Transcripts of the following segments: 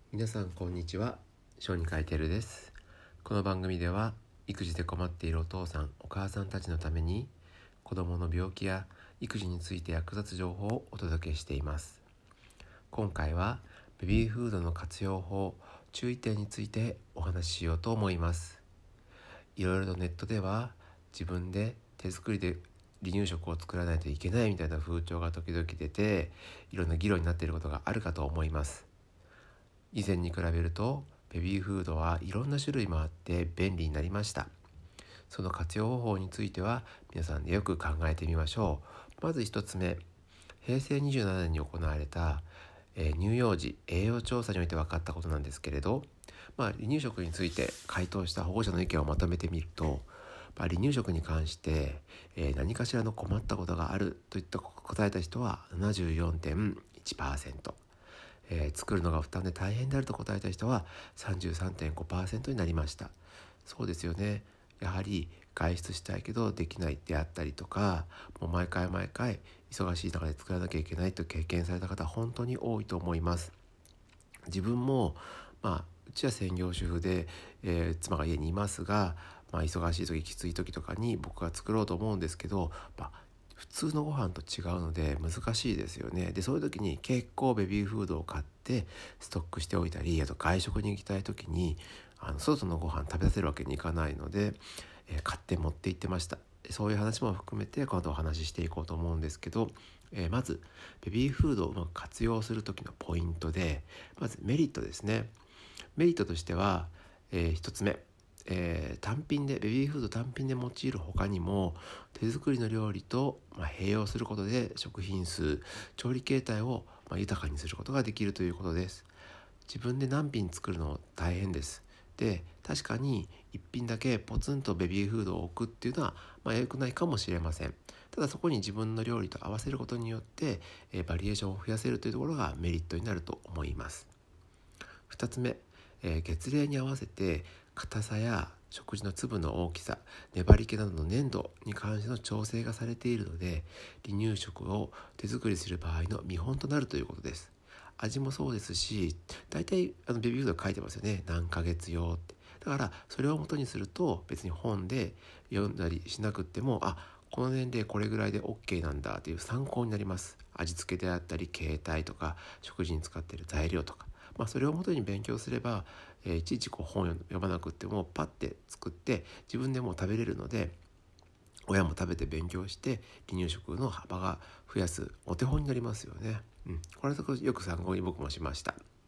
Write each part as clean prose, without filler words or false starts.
皆さんこんにちは。小児科医てるです。この番組では育児で困っているお父さんお母さんたちのために子どもの病気や育児について役立つ情報をお届けしています。今回はベビーフードの活用法、注意点についてお話ししようと思います。いろいろとネットでは自分で手作りで離乳食を作らないといけないみたいな風潮が時々出て、いろんな議論になっていることがあるかと思います。以前に比べるとベビーフードはいろんな種類もあって便利になりました。その活用方法については皆さんでよく考えてみましょう。まず一つ目、平成27年に行われた、乳幼児栄養調査において分かったことなんですけれど、離乳食について回答した保護者の意見をまとめてみると、離乳食に関して、何かしらの困ったことがあるといった答えた人は 74.1%、作るのが負担で大変であると答えた人は 33.5% になりました。そうですよね。やはり外出したいけどできないであったりとか、もう毎回忙しい中で作らなきゃいけないと経験された方本当に多いと思います。自分もうちは専業主婦で、妻が家にいますが、忙しい時きつい時とかに僕が作ろうと思うんですけど、普通のご飯と違うので難しいですよね。でそういう時に結構ベビーフードを買ってストックしておいたり、あと外食に行きたい時に外のご飯食べさせるわけにいかないので、買って持って行ってました。そういう話も含めてこの後お話ししていこうと思うんですけど、まずベビーフードをうまく活用する時のポイントで、まずメリットですね。メリットとしては、一つ目、単品でベビーフード単品で用いる他にも手作りの料理と、併用することで食品数、調理形態を、豊かにすることができるということです。自分で何品作るの大変です。で確かに1品だけポツンとベビーフードを置くっていうのは、良くないかもしれません。ただそこに自分の料理と合わせることによって、バリエーションを増やせるというところがメリットになると思います。2つ目、月齢に合わせて硬さや食事の粒の大きさ、粘り気などの粘度に関しての調整がされているので、離乳食を手作りする場合の見本となるということです。味もそうですし、大体ベビーフード書いてますよね。何ヶ月用って。だからそれを元にすると別に本で読んだりしなくっても、この年齢これぐらいで OK なんだという参考になります。味付けであったり形態とか食事に使っている材料とか、それを元に勉強すれば、いちいち本を読まなくってもパッて作って自分でもう食べれるので、親も食べて勉強して離乳食の幅が増やすお手本になりますよね。これはよく参考に僕もしました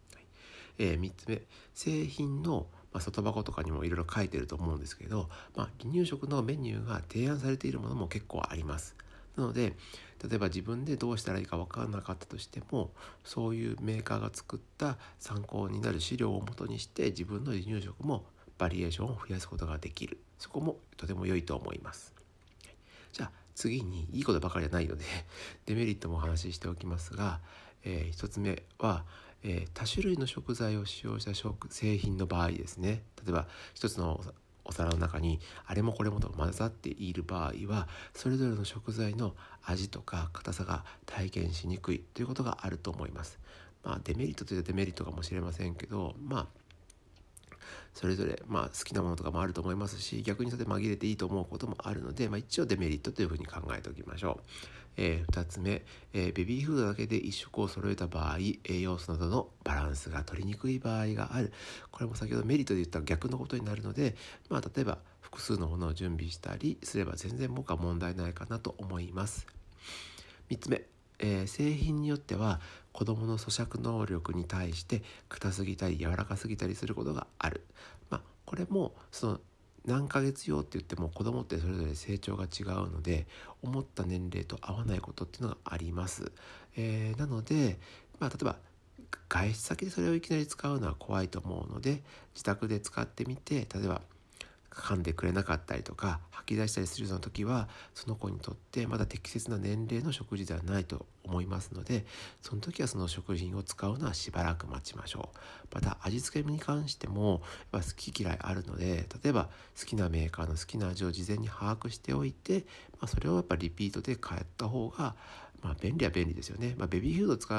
。3つ目、製品の外箱とかにもいろいろ書いてると思うんですけど、離乳食のメニューが提案されているものも結構あります。なので例えば自分でどうしたらいいか分からなかったとしても、そういうメーカーが作った参考になる資料をもとにして自分の離乳食もバリエーションを増やすことができる。そこもとても良いと思います。じゃあ次にいいことばかりじゃないのでデメリットもお話ししておきますが、1つ目は、多種類の食材を使用した製品の場合ですね。例えば一つのお皿の中にあれもこれもと混ざっている場合は、それぞれの食材の味とか硬さが体験しにくいということがあると思います。デメリットというとデメリットかもしれませんけど、それぞれ好きなものとかもあると思いますし、逆にそれで紛れていいと思うこともあるので、一応デメリットというふうに考えておきましょう。2つ目、ベビーフードだけで一食を揃えた場合、栄養素などのバランスが取りにくい場合がある。これも先ほどメリットで言った逆のことになるので、例えば複数のものを準備したりすれば全然僕は問題ないかなと思います。3つ目、製品によっては子どもの咀嚼能力に対して硬すぎたり柔らかすぎたりすることがある。これもその何ヶ月用って言っても子どもってそれぞれ成長が違うので、思った年齢と合わないことっていうのがあります。なので、例えば外出先でそれをいきなり使うのは怖いと思うので、自宅で使ってみて、例えば噛んでくれなかったりとか吐き出したりするような時は、その子にとってまだ適切な年齢の食事ではないと思いますので、その時はその食品を使うのはしばらく待ちましょう。また味付けに関しても好き嫌いあるので、例えば好きなメーカーの好きな味を事前に把握しておいて、それをリピートで買った方が便利は便利ですよね。ベビーフードを使う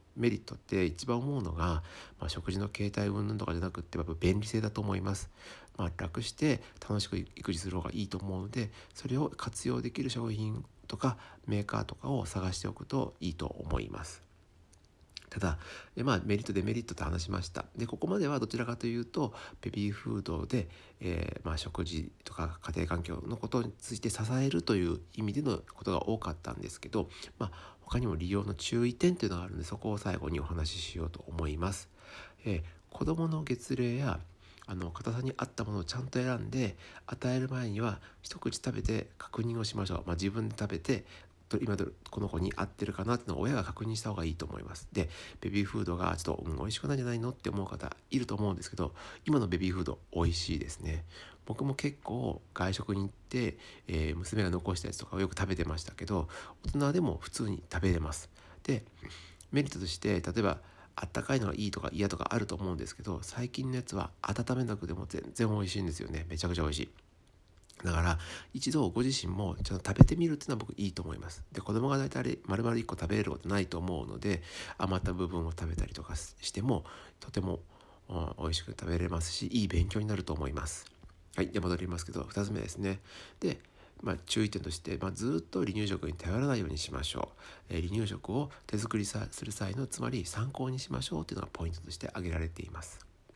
メリットって一番思うのが、食事の形態云々とかじゃなくってやっぱ便利性だと思います。楽して楽しく育児する方がいいと思うので、それを活用できる商品とかメーカーとかを探しておくといいと思います。ただメリットデメリットと話しました。でここまではどちらかというとベビーフードで、食事とか家庭環境のことについて支えるという意味でのことが多かったんですけど、他にも利用の注意点というのがあるので、そこを最後にお話ししようと思います。子どもの月齢や硬さに合ったものをちゃんと選んで与える前には一口食べて確認をしましょう。自分で食べて今この子に合ってるかなっていうのを親が確認した方がいいと思います。でベビーフードがちょっと、美味しくないんじゃないのって思う方いると思うんですけど、今のベビーフード美味しいですね。僕も結構外食に行って、娘が残したやつとかをよく食べてましたけど、大人でも普通に食べれます。でメリットとして例えばあったかいのがいいとか嫌とかあると思うんですけど、最近のやつは温めなくても全然美味しいんですよね。めちゃくちゃ美味しい。だから一度ご自身もちょっと食べてみるっていうのは僕いいと思います。で子供が大体丸々1個食べれることないと思うので、余った部分を食べたりとかしてもとても美味しく食べれますし、いい勉強になると思います。はい、で戻りますけど2つ目ですね。で注意点として、ずっと離乳食に頼らないようにしましょう。離乳食を手作りする際のつまり参考にしましょうというのがポイントとして挙げられています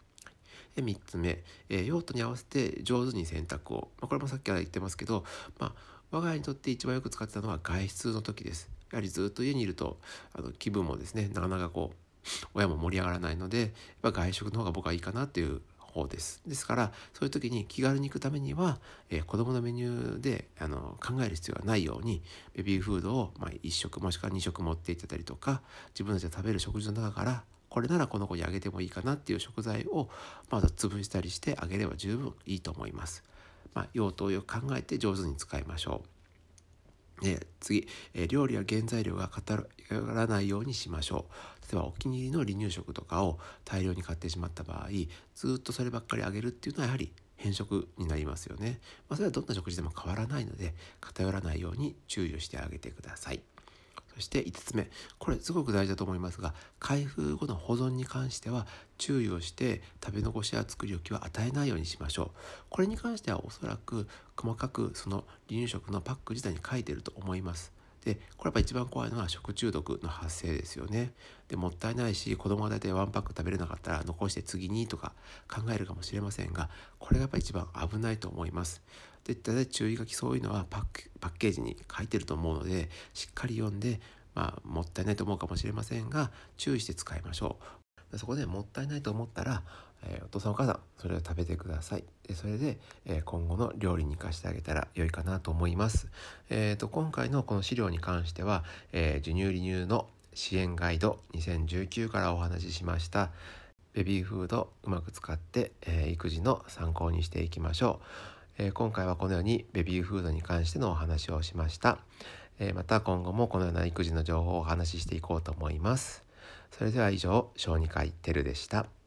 。3つ目、用途に合わせて上手に選択を、これもさっきから言ってますけど、我が家にとって一番よく使ってたのは外出の時です。やはりずっと家にいると気分もですね、なかなか親も盛り上がらないので、外食の方が僕はいいかなっていう方です。ですからそういう時に気軽に行くためには、子供のメニューで考える必要がないようにベビーフードを1食もしくは2食持っていってたりとか、自分たちが食べる食事の中からこれならこの子にあげてもいいかなっていう食材をまず潰したりしてあげれば十分いいと思います。用途をよく考えて上手に使いましょう。次、料理や原材料が偏らないようにしましょう。例えばお気に入りの離乳食とかを大量に買ってしまった場合、ずっとそればっかりあげるっていうのはやはり変色になりますよね。それはどんな食事でも変わらないので偏らないように注意をしてあげてください。そして5つ目、これすごく大事だと思いますが、開封後の保存に関しては注意をして食べ残しや作り置きは与えないようにしましょう。これに関してはおそらく細かくその離乳食のパック自体に書いていると思います。でこれやっぱ一番怖いのは食中毒の発生ですよね。でもったいないし、子供が大体ワンパック食べれなかったら残して次にとか考えるかもしれませんが、これがやっぱり一番危ないと思います。で大体注意書き、そういうのはパッケージに書いてると思うので、しっかり読んで、もったいないと思うかもしれませんが注意して使いましょう。そこでもったいないと思ったら、お父さんお母さんそれを食べてください。でそれで、今後の料理に活かしてあげたら良いかなと思います。今回のこの資料に関しては、授乳離乳の支援ガイド2019からお話ししました。ベビーフードうまく使って、育児の参考にしていきましょう。今回はこのようにベビーフードに関してのお話をしました。また今後もこのような育児の情報をお話ししていこうと思います。それでは以上、小児科医てるでした。